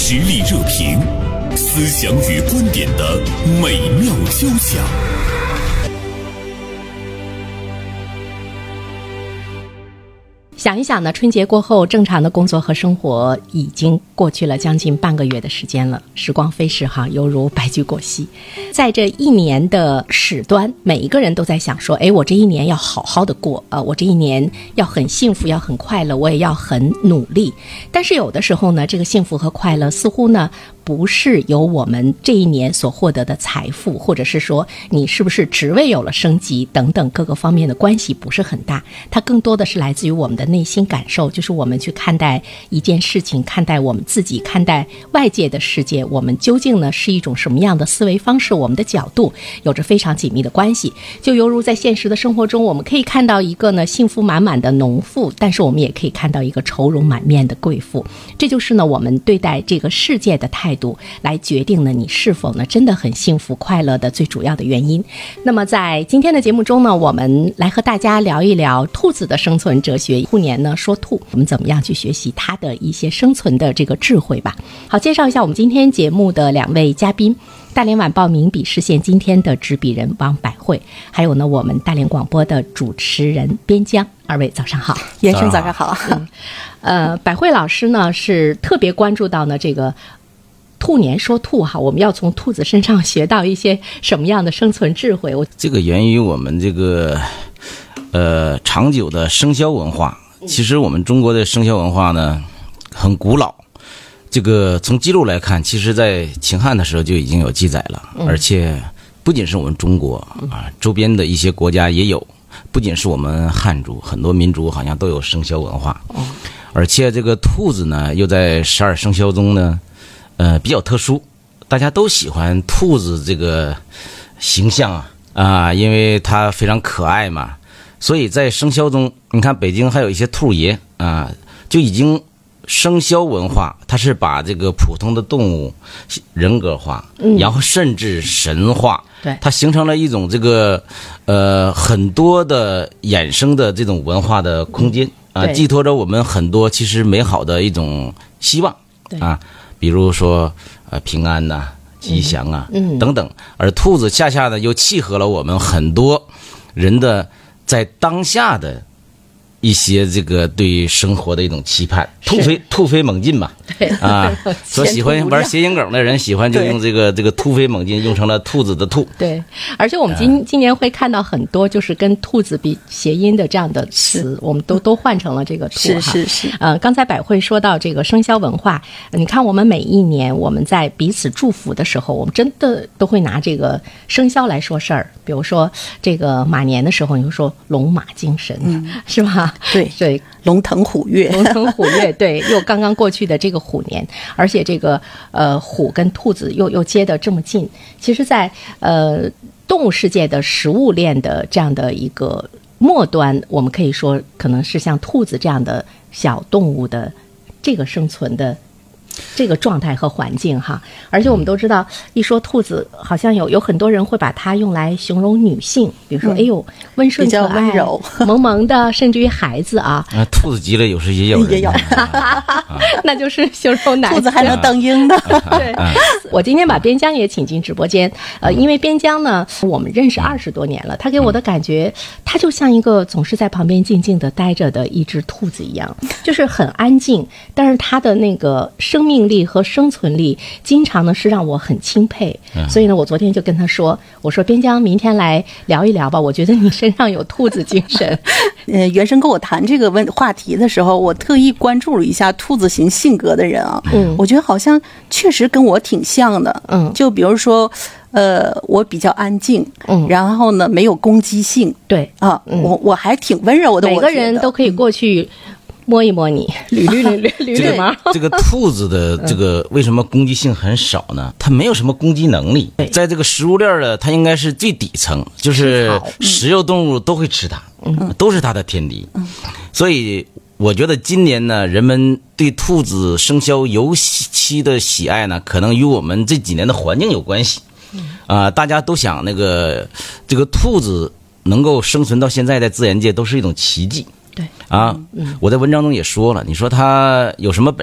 实力热评，思想与观点的美妙交响。 想一想呢，春节过后正常的工作和生活已经过去了将近半个月的时间了，时光飞逝哈，犹如白驹过隙。在这一年的始端，每一个人都在想说，我这一年要好好的过，我这一年要很幸福，要很快乐，我也要很努力。但是有的时候呢，这个幸福和快乐似乎呢不是由我们这一年所获得的财富，或者是说你是不是职位有了升级等等各个方面的关系不是很大，它更多的是来自于我们的内心感受，就是我们去看待一件事情，看待我们自己，看待外界的世界，我们究竟呢是一种什么样的思维方式，我们的角度有着非常紧密的关系。就犹如在现实的生活中，我们可以看到一个呢幸福满满的农妇，但是我们也可以看到一个愁容满面的贵妇。这就是呢我们对待这个世界的态度来决定呢你是否呢真的很幸福快乐的最主要的原因。那么在今天的节目中呢，我们来和大家聊一聊兔子的生存哲学。兔年呢说兔，我们怎么样去学习它的一些生存的这个智慧吧。好，介绍一下我们今天节目的两位嘉宾，大连晚报名笔视线今天的执笔人王百惠，还有呢我们大连广播的主持人边疆。二位早上好。 延生早上好。 百惠老师呢是特别关注到呢这个兔年说兔哈，我们要从兔子身上学到一些什么样的生存智慧？ 这个源于我们这个长久的生肖文化。其实我们中国的生肖文化呢很古老，这个从记录来看，其实在秦汉的时候就已经有记载了，而且不仅是我们中国啊，周边的一些国家也有，不仅是我们汉族，很多民族好像都有生肖文化。而且这个兔子呢又在12生肖中呢比较特殊，大家都喜欢兔子这个形象啊，因为它非常可爱嘛，所以在生肖中，你看北京还有一些兔爷啊，就已经生肖文化，它是把这个普通的动物人格化，然后甚至神化， 对， 它形成了一种这个很多的衍生的这种文化的空间啊，寄托着我们很多其实美好的一种希望啊。比如说平安呐、吉祥啊等等，而兔子恰恰的又契合了我们很多人的在当下的一些这个对生活的一种期盼，突飞猛进嘛， 对啊，所喜欢玩谐音梗的人喜欢就用这个突飞猛进，用成了兔子的兔。 对，而且我们今年会看到很多就是跟兔子比谐音的这样的词，我们都换成了这个兔哈。 是。 刚才百惠说到这个生肖文化，你看我们每一年我们在彼此祝福的时候，我们真的都会拿这个生肖来说事儿。比如说这个马年的时候，你会说龙马精神，是吧？对， 龙腾虎跃， 对，又刚刚过去的这个虎年，而且这个虎跟兔子又接得这么近。其实在动物世界的食物链的这样的一个末端，我们可以说可能是像兔子这样的小动物的这个生存的这个状态和环境哈。而且我们都知道，一说兔子，好像有很多人会把它用来形容女性，比如说温顺可爱、 比较温柔、 萌萌的，甚至于孩子啊。 兔子急了有时也有人， 那就是形容男性。 兔子还能当鹰呢。 对，我今天把边疆也请进直播间，因为边疆呢，我们认识20多年了，他给我的感觉，他就像一个总是在旁边静静的待着的一只兔子一样，就是很安静，但是他的那个生命力和生存力经常呢是让我很钦佩。所以呢我昨天就跟他说，我说边疆明天来聊一聊吧，我觉得你身上有兔子精神。 原生跟我谈这个话题的时候，我特意关注了一下兔子型性格的人啊，我觉得好像确实跟我挺像的。就比如说我比较安静，然后呢没有攻击性， 对啊，我还挺温柔的， 每个人都可以过去摸一摸你，捋毛。 这个兔子的这个为什么攻击性很少呢？它没有什么攻击能力，在这个食物链的它应该是最底层，就是食肉动物都会吃它，都是它的天敌。所以我觉得今年呢，人们对兔子生肖尤其的喜爱呢，可能与我们这几年的环境有关系。大家都想这个兔子能够生存到现在，在自然界都是一种奇迹。 对啊，我在文章中也说了，你说它有什么本事？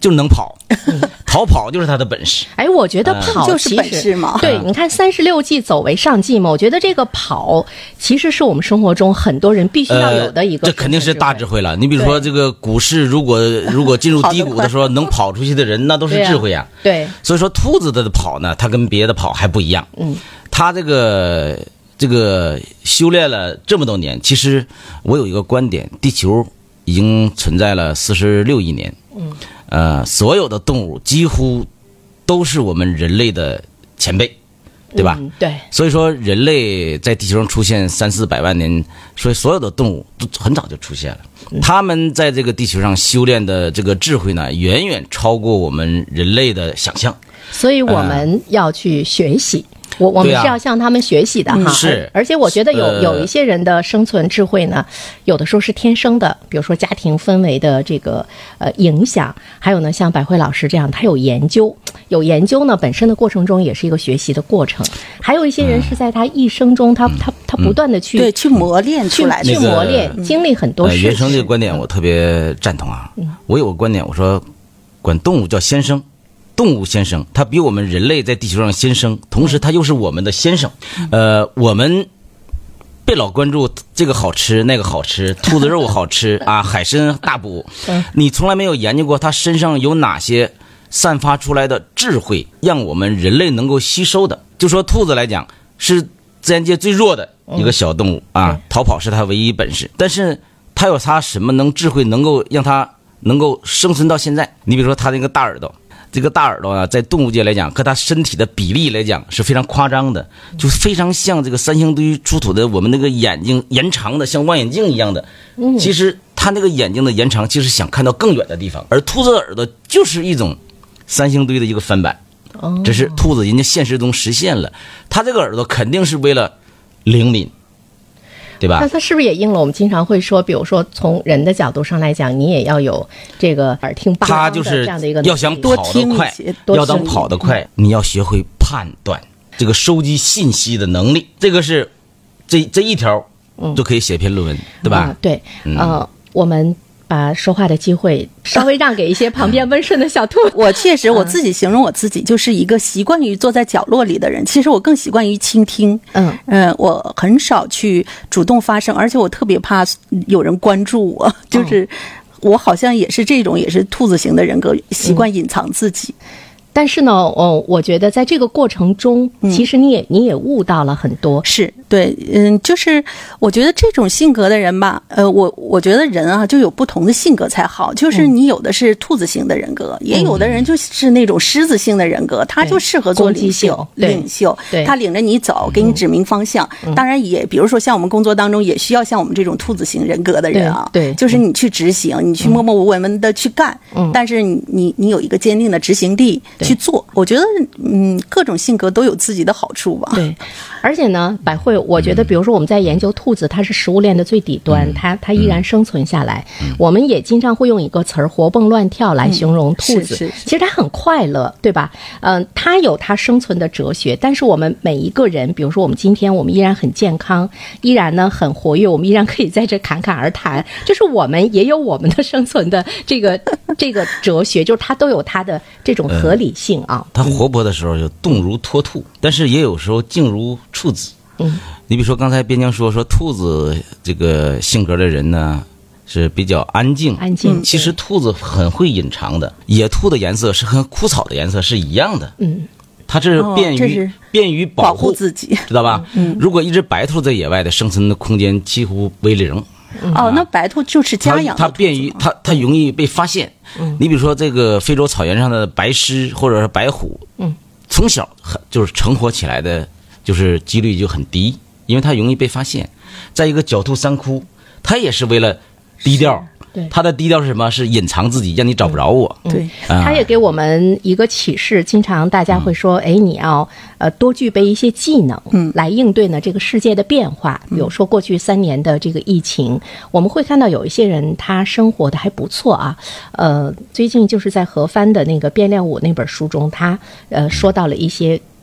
就能跑，逃跑就是他的本事。 哎，我觉得跑就是本事嘛。 对，你看36计走为上计嘛，我觉得这个跑其实是我们生活中很多人必须要有的一个。 这肯定是大智慧了。你比如说这个股市，如果进入低谷的时候能跑出去的人，那都是智慧呀。 对， 所以说兔子的跑呢，它跟别的跑还不一样。它这个修炼了这么多年，其实我有一个观点，地球已经存在了46亿年。所有的动物几乎都是我们人类的前辈，对吧？ 对。 所以说人类在地球上出现300-400万年，所以所有的动物都很早就出现了。他们在这个地球上修炼的这个智慧呢，远远超过我们人类的想象。 所以我们要去学习。我们是要向他们学习的哈， 是。 而且我觉得有一些人的生存智慧呢，有的时候是天生的，比如说家庭氛围的这个影响，还有呢像百惠老师这样，他有研究呢，本身的过程中也是一个学习的过程。还有一些人是在他一生中，他不断的去磨练出来的， 去磨练，经历很多事情。 原生这个观点我特别赞同啊。我有个观点，我说管动物叫先生。动物先生，它比我们人类在地球上先生，同时它又是我们的先生。我们被老关注这个好吃那个好吃，兔子肉好吃啊，海参大补，你从来没有研究过它身上有哪些散发出来的智慧，让我们人类能够吸收的。就说兔子来讲，是自然界最弱的一个小动物啊，逃跑是它唯一本事，但是它有它什么智慧能够让它能够生存到现在？你比如说它那个大耳朵。这个大耳朵呢，在动物界来讲，和它身体的比例来讲是非常夸张的，就非常像这个三星堆出土的我们那个眼睛延长的，像望远镜一样的。其实它那个眼睛的延长，就是想看到更远的地方，而兔子的耳朵就是一种三星堆的一个翻版，只是兔子人家现实中实现了，它这个耳朵肯定是为了灵敏。对吧？ 那它是不是也应了我们经常会说，比如说从人的角度上来讲，你也要有这个耳听八方的这样的一个能力， 要想跑得快，要当跑得快，你要学会判断这个收集信息的能力，这个是这一条就可以写篇论文，对吧？ 对，我们把说话的机会稍微让给一些旁边温顺的小兔。 我确实我自己形容我自己就是一个习惯于坐在角落里的人，其实我更习惯于倾听。我很少去主动发声，而且我特别怕有人关注我，就是我好像也是这种，也是兔子型的人格，习惯隐藏自己。 但是呢，我觉得在这个过程中，其实你也悟到了很多。 是对，就是我觉得这种性格的人吧，我觉得人啊就有不同的性格才好，就是你有的是兔子型的人格，也有的人就是那种狮子性的人格，他就适合做领袖，他领着你走，给你指明方向。当然也比如说像我们工作当中也需要像我们这种兔子型人格的人啊， 对， 就是你去执行，你去默默无闻的去干，但是你有一个坚定的执行力去做。我觉得各种性格都有自己的好处吧。 对，而且呢，百惠，我觉得比如说我们在研究兔子，它是食物链的最底端，它依然生存下来。我们也经常会用一个词儿活蹦乱跳来形容兔子，其实它很快乐，对吧？它有它生存的哲学，但是我们每一个人，比如说我们今天我们依然很健康，依然呢很活跃，我们依然可以在这侃侃而谈，就是我们也有我们的生存的这个哲学，就是它都有它的这种合理性啊。 它活泼的时候就动如脱兔，但是也有时候静如处子。你比如说刚才边疆说兔子这个性格的人呢是比较安静，其实兔子很会隐藏的。野兔的颜色是和枯草的颜色是一样的，它是便于保护自己， 知道吧？如果一只白兔在野外的生存的空间几乎为零。 那白兔就是家养的， 它便于它容易被发现。你比如说这个非洲草原上的白狮或者是白虎，从小就是成活起来的，就是几率就很低，因为它容易被发现。在一个狡兔三窟，它也是为了低调。他的低调是什么？是隐藏自己，让你找不着我。 对， 他也给我们一个启示。经常大家会说，你要多具备一些技能，来应对呢这个世界的变化。比如说过去3年的这个疫情，我们会看到有一些人他生活的还不错啊。最近就是在何帆的那个《变量5》那本书中，他说到了一些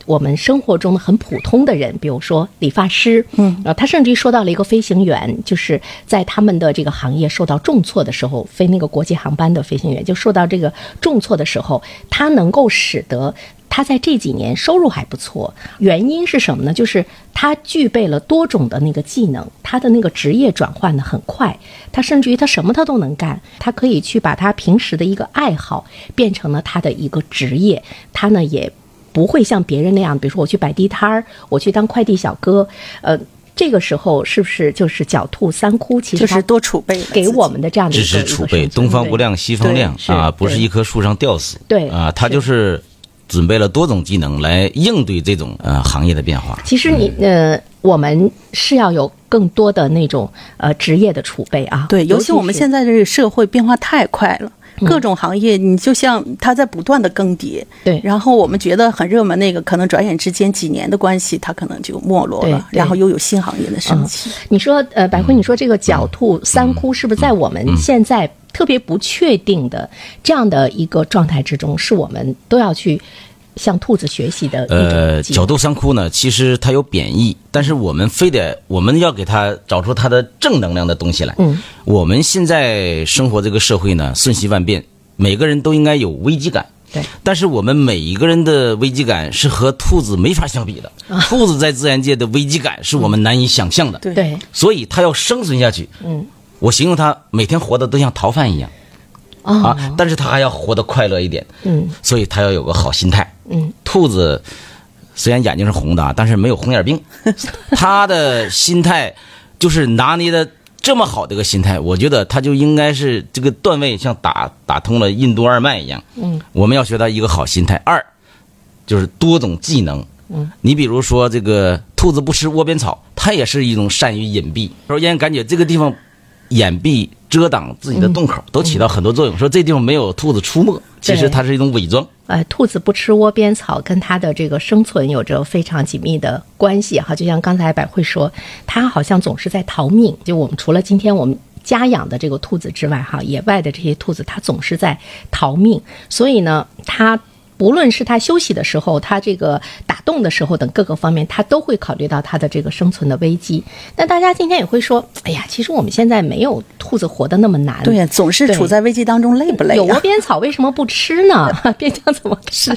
我们生活中的很普通的人，比如说理发师，他甚至于说到了一个飞行员，就是在他们的这个行业受到重挫的时候，飞那个国际航班的飞行员就受到这个重挫的时候，他能够使得他在这几年收入还不错，原因是什么呢？就是他具备了多种的那个技能，他的那个职业转换的很快，他甚至于他什么他都能干，他可以去把他平时的一个爱好变成了他的一个职业，他呢也不会像别人那样，比如说我去摆地摊儿，我去当快递小哥，这个时候是不是就是狡兔三窟？其实就是多储备给我们的这样的一个知识储备，东方不亮西方亮啊，不是一棵树上吊死。 对啊，他就是准备了多种技能来应对这种行业的变化。 其实我们是要有更多的那种职业的储备啊。 对，尤其我们现在这个社会变化太快了。各种行业，你就像它在不断的更迭， 对。 然后我们觉得很热门那个，可能转眼之间几年的关系，它可能就没落了，然后又有新行业的升起。 你说，百惠，你说这个狡兔三窟是不是在我们现在特别不确定的这样的一个状态之中，是我们都要去向兔子学习的狡兔三窟呢，其实它有贬义，但是我们要给它找出它的正能量的东西来。我们现在生活这个社会呢，瞬息万变，每个人都应该有危机感。 对， 但是我们每一个人的危机感是和兔子没法相比的。兔子在自然界的危机感是我们难以想象的。 对， 所以它要生存下去。我形容它每天活得都像逃犯一样。但是他还要活得快乐一点，所以他要有个好心态。兔子虽然眼睛是红的，但是没有红眼病，他的心态就是拿捏的这么好的一个心态，我觉得他就应该是这个段位像打通了印度二脉一样。我们要学他一个好心态。二就是多种技能。你比如说这个兔子不吃窝边草，它也是一种善于隐蔽，说燕感觉这个地方掩蔽遮挡自己的洞口，都起到很多作用。说这地方没有兔子出没，其实它是一种伪装。 兔子不吃窝边草跟它的这个生存有着非常紧密的关系哈。就像刚才百惠说，它好像总是在逃命。就我们除了今天我们家养的这个兔子之外哈，野外的这些兔子它总是在逃命，所以呢，它无论是他休息的时候，他这个打洞的时候等各个方面，他都会考虑到他的这个生存的危机。那大家今天也会说，哎呀，其实我们现在没有兔子活得那么难。 对呀，总是处在危机当中，累不累？ 有窝边草为什么不吃呢？边疆怎么吃？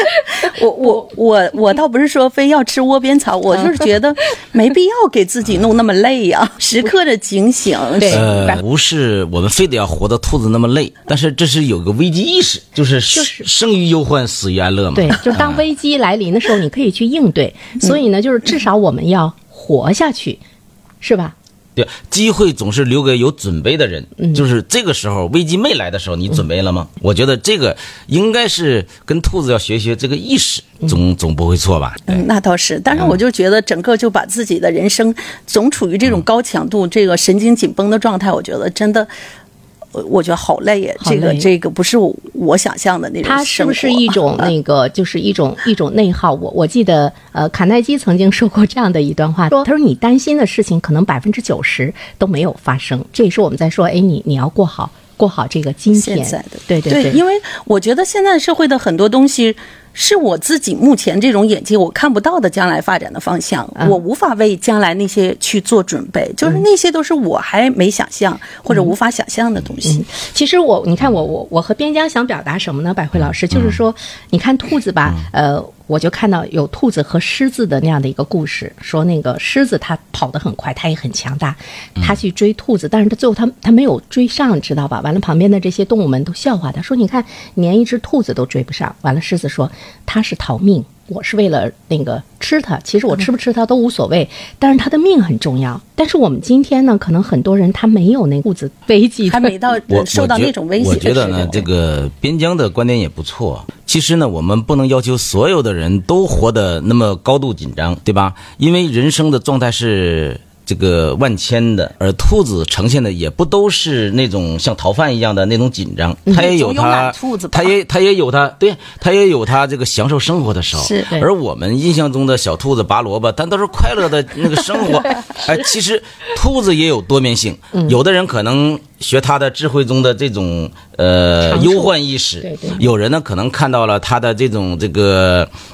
我倒不是说非要吃窝边草，我就是觉得没必要给自己弄那么累呀，时刻的警醒。 不是我们非得要活得兔子那么累，但是这是有个危机意识，就是生于忧患，死于安乐嘛。 对，就当危机来临的时候，你可以去应对。所以呢，就是至少我们要活下去，是吧？ 对，机会总是留给有准备的人。就是这个时候危机没来的时候，你准备了吗？我觉得这个应该是跟兔子要学学这个意识，总不会错吧？ 那倒是。但是我就觉得整个就把自己的人生总处于这种高强度、这个神经紧绷的状态，我觉得真的。我觉得好累呀，这个不是我想象的那种生活。它是不是一种那个，就是一种内耗？我记得卡耐基曾经说过这样的一段话，他说你担心的事情可能90%都没有发生，这也是我们在说，哎，你要过好这个今天。 现在的对， 因为我觉得现在社会的很多东西是我自己目前这种眼界我看不到的将来发展的方向，我无法为将来那些去做准备，就是那些都是我还没想象或者无法想象的东西。 其实你看我和边疆想表达什么呢？百惠老师就是说，你看兔子吧，我就看到有兔子和狮子的那样的一个故事，说那个狮子它跑得很快，它也很强大，它去追兔子，但是它最后它没有追上，知道吧？完了旁边的这些动物们都笑话他，说你看连一只兔子都追不上。完了狮子说它是逃命，我是为了那个吃它，其实我吃不吃它都无所谓，但是它的命很重要。但是我们今天呢，可能很多人他没有那兔子危机， 还没到受到那种威胁。 我觉得呢，这个边疆的观点也不错。其实呢，我们不能要求所有的人都活得那么高度紧张，对吧？因为人生的状态是这个万千的，而兔子呈现的也不都是那种像逃犯一样的那种紧张，它也有它也有它这个享受生活的时候。 是， 而我们印象中的小兔子拔萝卜，它都是快乐的那个生活。其实兔子也有多面性，有的人可能学他的智忧中的这种忧患意识，有人呢可能看到了他的这种这个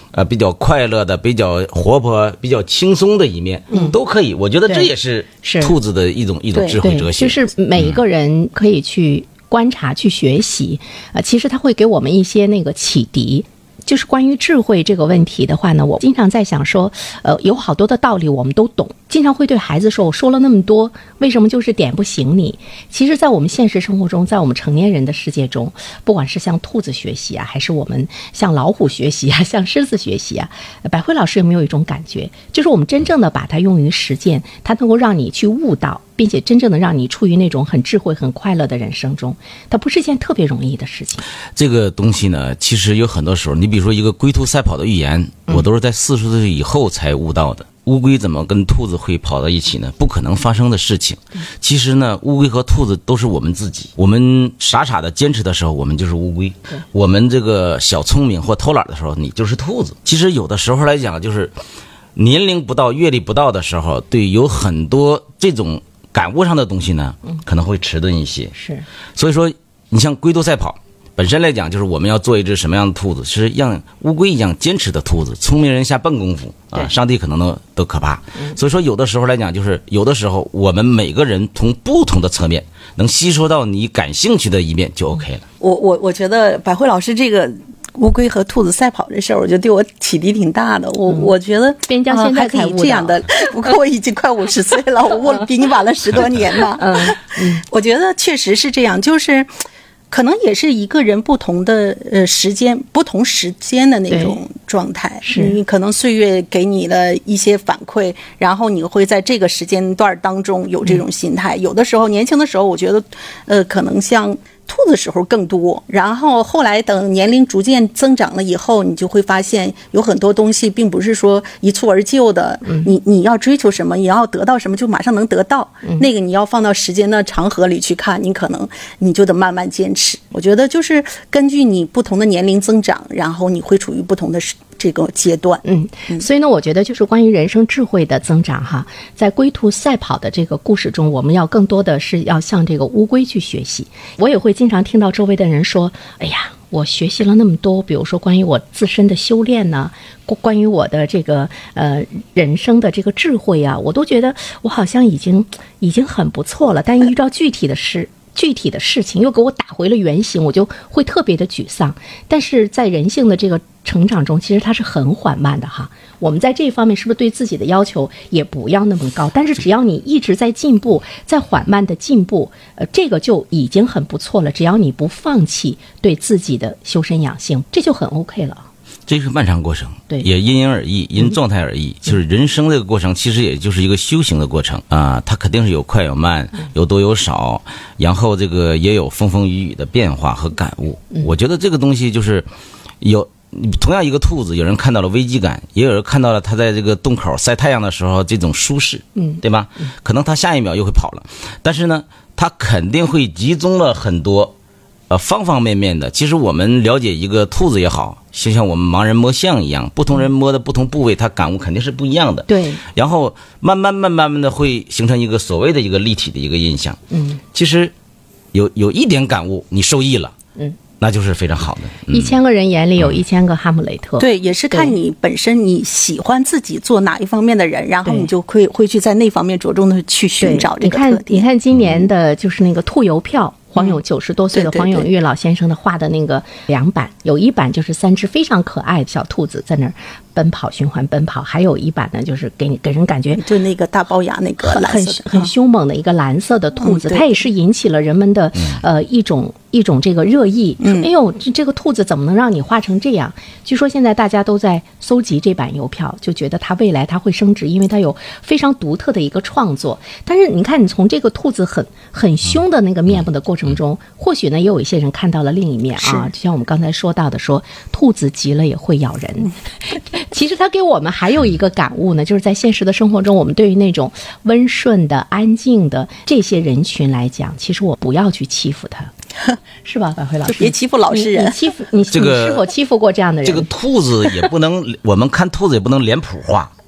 比较快乐的、比较活泼、比较轻松的一面，都可以。我觉得这也是兔子的一种智慧哲学。 就是每一个人可以去观察、去学习，其实它会给我们一些那个启迪。就是关于智慧这个问题的话呢，我经常在想说，有好多的道理我们都懂，经常会对孩子说，我说了那么多，为什么就是点不醒你？其实在我们现实生活中，在我们成年人的世界中，不管是向兔子学习啊，还是我们向老虎学习啊，向狮子学习啊，百惠老师有没有一种感觉，就是我们真正的把它用于实践，它能够让你去悟到，并且真正的让你处于那种很智慧、很快乐的人生中，它不是一件特别容易的事情。 这个东西呢，其实有很多时候，你比如说一个龟兔赛跑的寓言，我都是在40岁以后才悟到的。乌龟怎么跟兔子会跑到一起呢？不可能发生的事情。其实呢，乌龟和兔子都是我们自己。我们傻傻的坚持的时候，我们就是乌龟；我们这个小聪明或偷懒的时候，你就是兔子。其实有的时候来讲，就是年龄不到、阅历不到的时候，对，有很多这种感悟上的东西呢，可能会迟钝一些。 是， 所以说，你像龟兔赛跑。本身来讲，就是我们要做一只什么样的兔子，是像乌龟一样坚持的兔子，聪明人下笨功夫啊，上帝可能都可怕。所以说，有的时候来讲，就是有的时候我们每个人从不同的侧面能吸收到你感兴趣的一面就 OK 了。 我觉得百惠老师这个乌龟和兔子赛跑这事儿，我觉得对我启迪挺大的。我觉得边疆现在才可以这样的，不过我已经快50岁了，我比你晚了10多年呢。我觉得确实是这样，就是可能也是一个人不同的时间、不同时间的那种状态。是你可能岁月给你了一些反馈，然后你会在这个时间段当中有这种心态。有的时候年轻的时候，我觉得可能像兔子时候更多，然后后来等年龄逐渐增长了以后，你就会发现有很多东西并不是说一蹴而就的。你要追求什么，你要得到什么就马上能得到，那个你要放到时间的长河里去看，你就得慢慢坚持。我觉得就是根据你不同的年龄增长，然后你会处于不同的这个阶段。 所以呢，我觉得就是关于人生智慧的增长哈，在龟兔赛跑的这个故事中，我们要更多的是要向这个乌龟去学习。我也会经常听到周围的人说，哎呀，我学习了那么多，比如说关于我自身的修炼呢，关于我的这个人生的这个智慧啊，我都觉得我好像已经很不错了，但遇到具体的事情又给我打回了原形，我就会特别的沮丧。但是在人性的这个成长中，其实它是很缓慢的哈。我们在这一方面是不是对自己的要求也不要那么高？但是只要你一直在进步，在缓慢的进步，这个就已经很不错了。只要你不放弃对自己的修身养性，这就很 OK 了。 这是漫长过程， 对， 也因人而异，因状态而异。就是人生这个过程，其实也就是一个修行的过程啊，它肯定是有快有慢，有多有少，然后这个也有风风雨雨的变化和感悟。我觉得这个东西就是有。同样一个兔子，有人看到了危机感，也有人看到了它在这个洞口晒太阳的时候这种舒适，对吧？可能它下一秒又会跑了，但是呢，它肯定会集中了很多方方面面的。其实我们了解一个兔子也好，就像我们盲人摸象一样，不同人摸的不同部位，它感悟肯定是不一样的。 对， 然后慢慢的会形成一个所谓的一个立体的一个印象。其实有一点感悟，你受益了。那就是非常好的。 1000个人眼里有1000个哈姆雷特。 对，也是看你本身你喜欢自己做哪一方面的人，然后你就会去在那方面着重的去寻找这个特点。 你看今年的就是那个兔邮票。黄永90多岁的黄永玉老先生的画的那个2版，有一版就是3只非常可爱的小兔子在那儿奔跑循环奔跑，还有一版呢就是给人感觉就那个大龅牙那个很凶猛的一个蓝色的兔子，它也是引起了人们的一种这个热议，说哎呦这个兔子怎么能让你画成这样？据说现在大家都在搜集这版邮票，就觉得它未来它会升值，因为它有非常独特的一个创作。但是你看，你从这个兔子很凶的那个面目的过程中，或许呢也有一些人看到了另一面啊，就像我们刚才说到的，说兔子急了也会咬人。其实它给我们还有一个感悟呢，就是在现实的生活中，我们对于那种温顺的、安静的这些人群来讲，其实我不要去欺负他。是吧，百惠老师？ 就别欺负老实人。 你是否欺负过这样的人？ 这个兔子也不能，我们看兔子也不能脸谱化。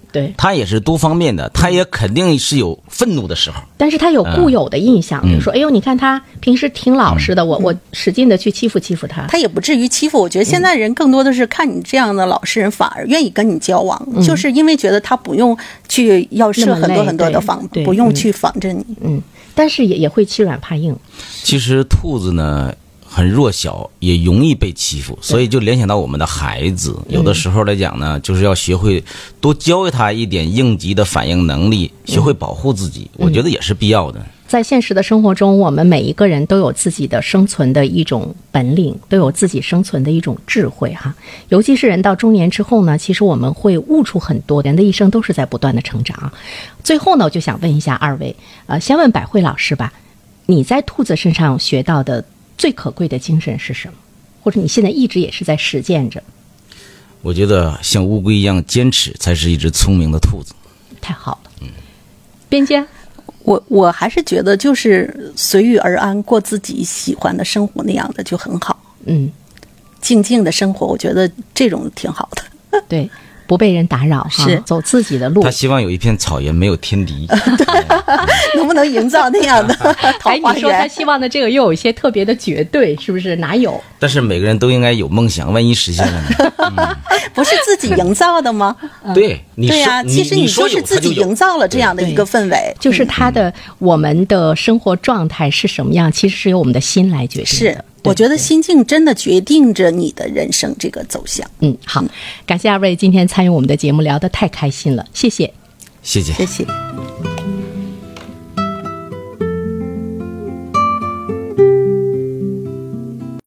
对， 他也是多方面的，他也肯定是有愤怒的时候， 但是他有固有的印象，比如说，哎呦，你看他平时挺老实的，我使劲的去欺负他， 他也不至于欺负。我觉得现在人更多的是看你这样的老实人，反而愿意跟你交往，就是因为觉得他不用去要设很多很多的防，不用去防着你。 但是也会欺软怕硬。 其实兔子呢，很弱小，也容易被欺负，所以就联想到我们的孩子，有的时候来讲呢，就是要学会多教给他一点应急的反应能力，学会保护自己，我觉得也是必要的。 在现实的生活中，我们每一个人都有自己的生存的一种本领，都有自己生存的一种智慧哈。尤其是人到中年之后呢，其实我们会悟出很多，人的一生都是在不断的成长。最后呢，我就想问一下二位，先问百惠老师吧，你在兔子身上学到的最可贵的精神是什么？或者你现在一直也是在实践着？ 我觉得像乌龟一样坚持，才是一只聪明的兔子。 太好了。边家？ 我还是觉得就是随遇而安，过自己喜欢的生活，那样的就很好。静静的生活，我觉得这种挺好的。 对，不被人打扰，是走自己的路。 他希望有一片草原，没有天敌。 能不能营造那样的桃花源？ 你说他希望的这个又有一些特别的绝对，是不是？哪有？ 但是每个人都应该有梦想，万一实现了呢？ 不是自己营造的吗？ 对， 对呀，其实你就是自己营造了这样的一个氛围。 就是我们的生活状态是什么样，其实是由我们的心来决定的。 是，我觉得心境真的决定着你的人生这个走向。 好，感谢二位今天参与我们的节目，聊得太开心了，谢谢。 谢谢， 谢谢。